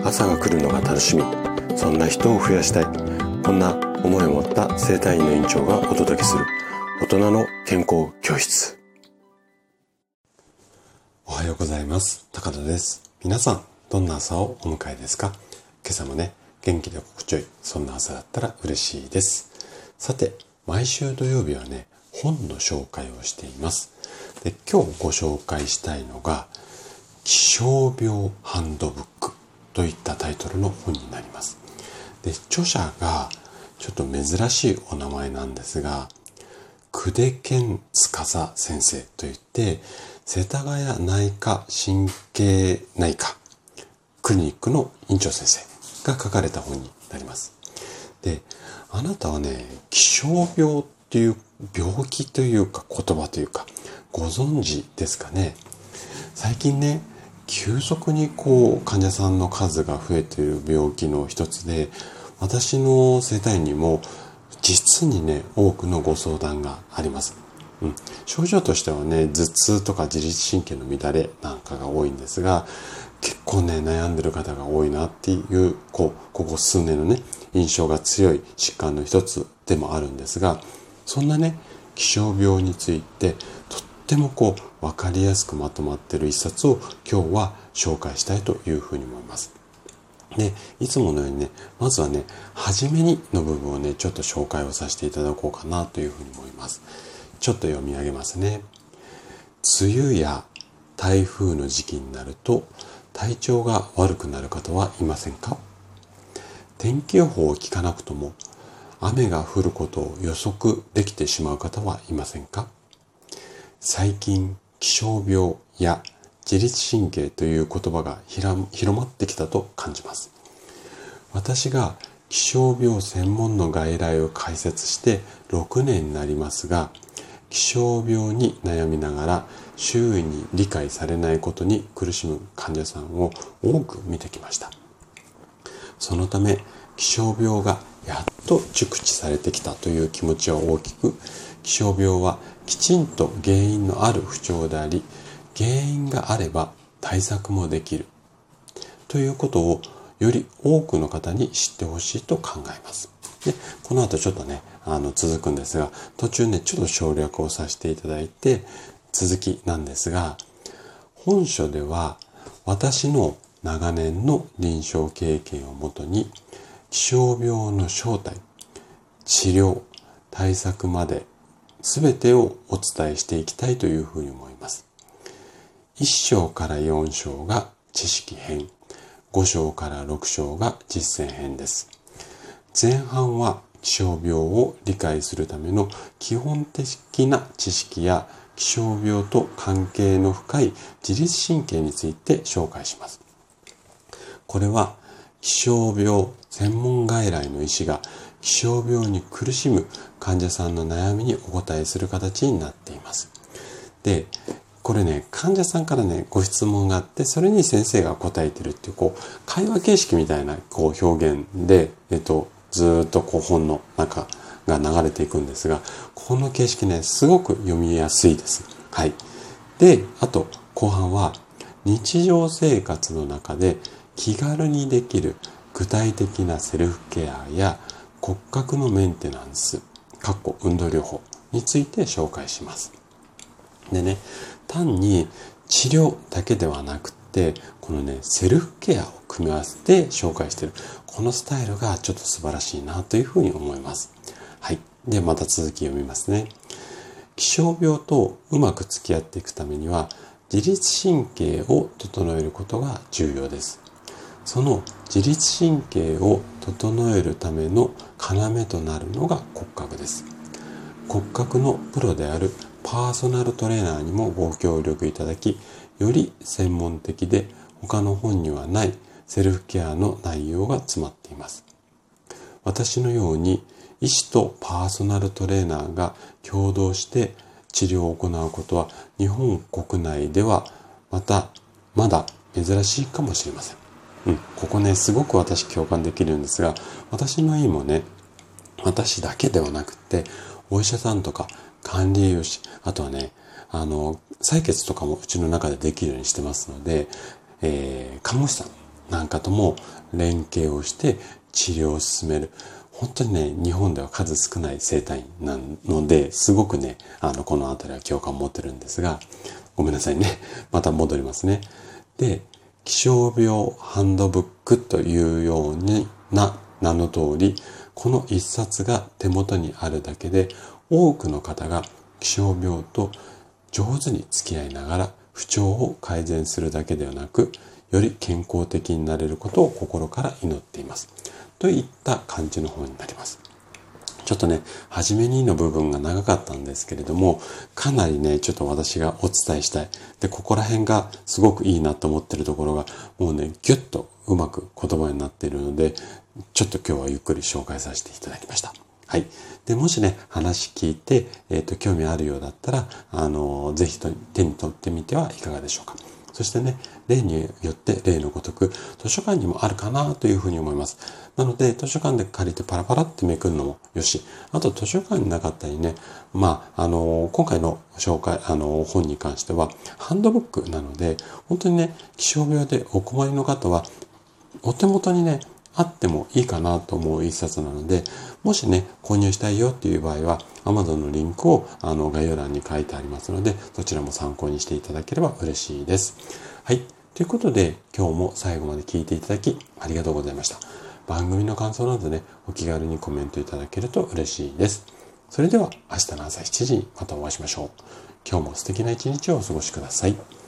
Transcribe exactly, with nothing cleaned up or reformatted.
朝が来るのが楽しみ、そんな人を増やしたい、こんな思いを持った整体院の院長がお届けする大人の健康教室。 おはようございます。高田です。皆さんどんな朝をお迎えですか？今朝もね、元気で心地よい、そんな朝だったら嬉しいです。さて、毎週土曜日はね、本の紹介をしています。で、今日ご紹介したいのが気象病ハンドブックといったタイトルの本になります。で、著者がちょっと珍しいお名前なんですが、久手堅司先生といって、世田谷内科神経内科クリニックの院長先生が書かれた本になります。で、あなたはね、気象病っていう病気というか言葉というかご存知ですかね。最近ね、急速にこう患者さんの数が増えている病気の一つで、私の整体院にも実にね、多くのご相談があります。うん、症状としてはね、頭痛とか自律神経の乱れなんかが多いんですが、結構ね、悩んでる方が多いなっていう、こう、ここ数年のね、印象が強い疾患の一つでもあるんですが、そんなね、気象病について、とってもこう、わかりやすくまとまっている一冊を今日は紹介したいというふうに思います。で、いつものようにね、まずはね、初めにの部分をね、ちょっと紹介をさせていただこうかなというふうに思います。ちょっと読み上げますね。梅雨や台風の時期になると体調が悪くなる方はいませんか？天気予報を聞かなくとも雨が降ることを予測できてしまう方はいませんか？最近気象病や自律神経という言葉が広まってきたと感じます。私が気象病専門の外来を開設してろくねんになりますが、気象病に悩みながら周囲に理解されないことに苦しむ患者さんを多く見てきました。そのため気象病がやっと熟知されてきたという気持ちは大きく、気象病はきちんと原因のある不調であり、原因があれば対策もできるということをより多くの方に知ってほしいと考えます。で、この後ちょっとね、あの続くんですが、途中ね、ちょっと省略をさせていただいて、続きなんですが、本書では私の長年の臨床経験をもとに、気象病の正体、治療、対策まで全てをお伝えしていきたいというふうに思います。いっ章からよん章が知識編、ご章からろく章が実践編です。前半は気象病を理解するための基本的な知識や気象病と関係の深い自律神経について紹介します。これは気象病専門外来の医師が気象病に苦しむ患者さんの悩みにお答えする形になっています。で、これね、患者さんからね、ご質問があって、それに先生が答えてるっていう、こう、会話形式みたいなこう表現で、えっと、ずーっとこう本の中が流れていくんですが、この形式ね、すごく読みやすいです。はい。で、あと、後半は、日常生活の中で気軽にできる具体的なセルフケアや骨格のメンテナンス、かっこ運動療法について紹介します。でね、単に治療だけではなくて、このね、セルフケアを組み合わせて紹介している。このスタイルがちょっと素晴らしいなというふうに思います。はい。で、また続き読みますね。気象病とうまく付き合っていくためには、自律神経を整えることが重要です。その自律神経を整えるための要となるのが骨格です。骨格のプロであるパーソナルトレーナーにもご協力いただき、より専門的で他の本にはないセルフケアの内容が詰まっています。私のように医師とパーソナルトレーナーが共同して治療を行うことは日本国内ではまたまだ珍しいかもしれません。うん、ここね、すごく私共感できるんですが、私の医もね、私だけではなくて、お医者さんとか管理栄養士、あとはね、あの、採血とかもうちの中でできるようにしてますので、えー、看護師さん、 なんかとも連携をして治療を進める。本当にね、日本では数少ない生態院なので、すごくね、あの、このあたりは共感を持ってるんですが、ごめんなさいね。また戻りますね。で、気象病ハンドブックというような名の通り、この一冊が手元にあるだけで、多くの方が気象病と上手に付き合いながら不調を改善するだけではなく、より健康的になれることを心から祈っています。といった感じの本になります。ちょっとね、初めにの部分が長かったんですけれども、かなりね、ちょっと私がお伝えしたい。で、ここら辺がすごくいいなと思ってるところが、もうね、ギュッとうまく言葉になっているので、ちょっと今日はゆっくり紹介させていただきました。はい。で、もしね、話聞いて、えっと、興味あるようだったら、あの、ぜひと手に取ってみてはいかがでしょうか。そしてね、例によって例のごとく図書館にもあるかなというふうに思います。なので図書館で借りてパラパラってめくるのもよし、あと図書館になかったりね、まあ、あの、今回の紹介、あの、本に関してはハンドブックなので、本当にね、気象病でお困りの方はお手元にね、あってもいいかなと思う一冊なので、もしね、購入したいよっていう場合は、Amazon のリンクをあの概要欄に書いてありますので、そちらも参考にしていただければ嬉しいです。はい。ということで、今日も最後まで聞いていただきありがとうございました。番組の感想などね、お気軽にコメントいただけると嬉しいです。それでは明日の朝しちじにまたお会いしましょう。今日も素敵な一日をお過ごしください。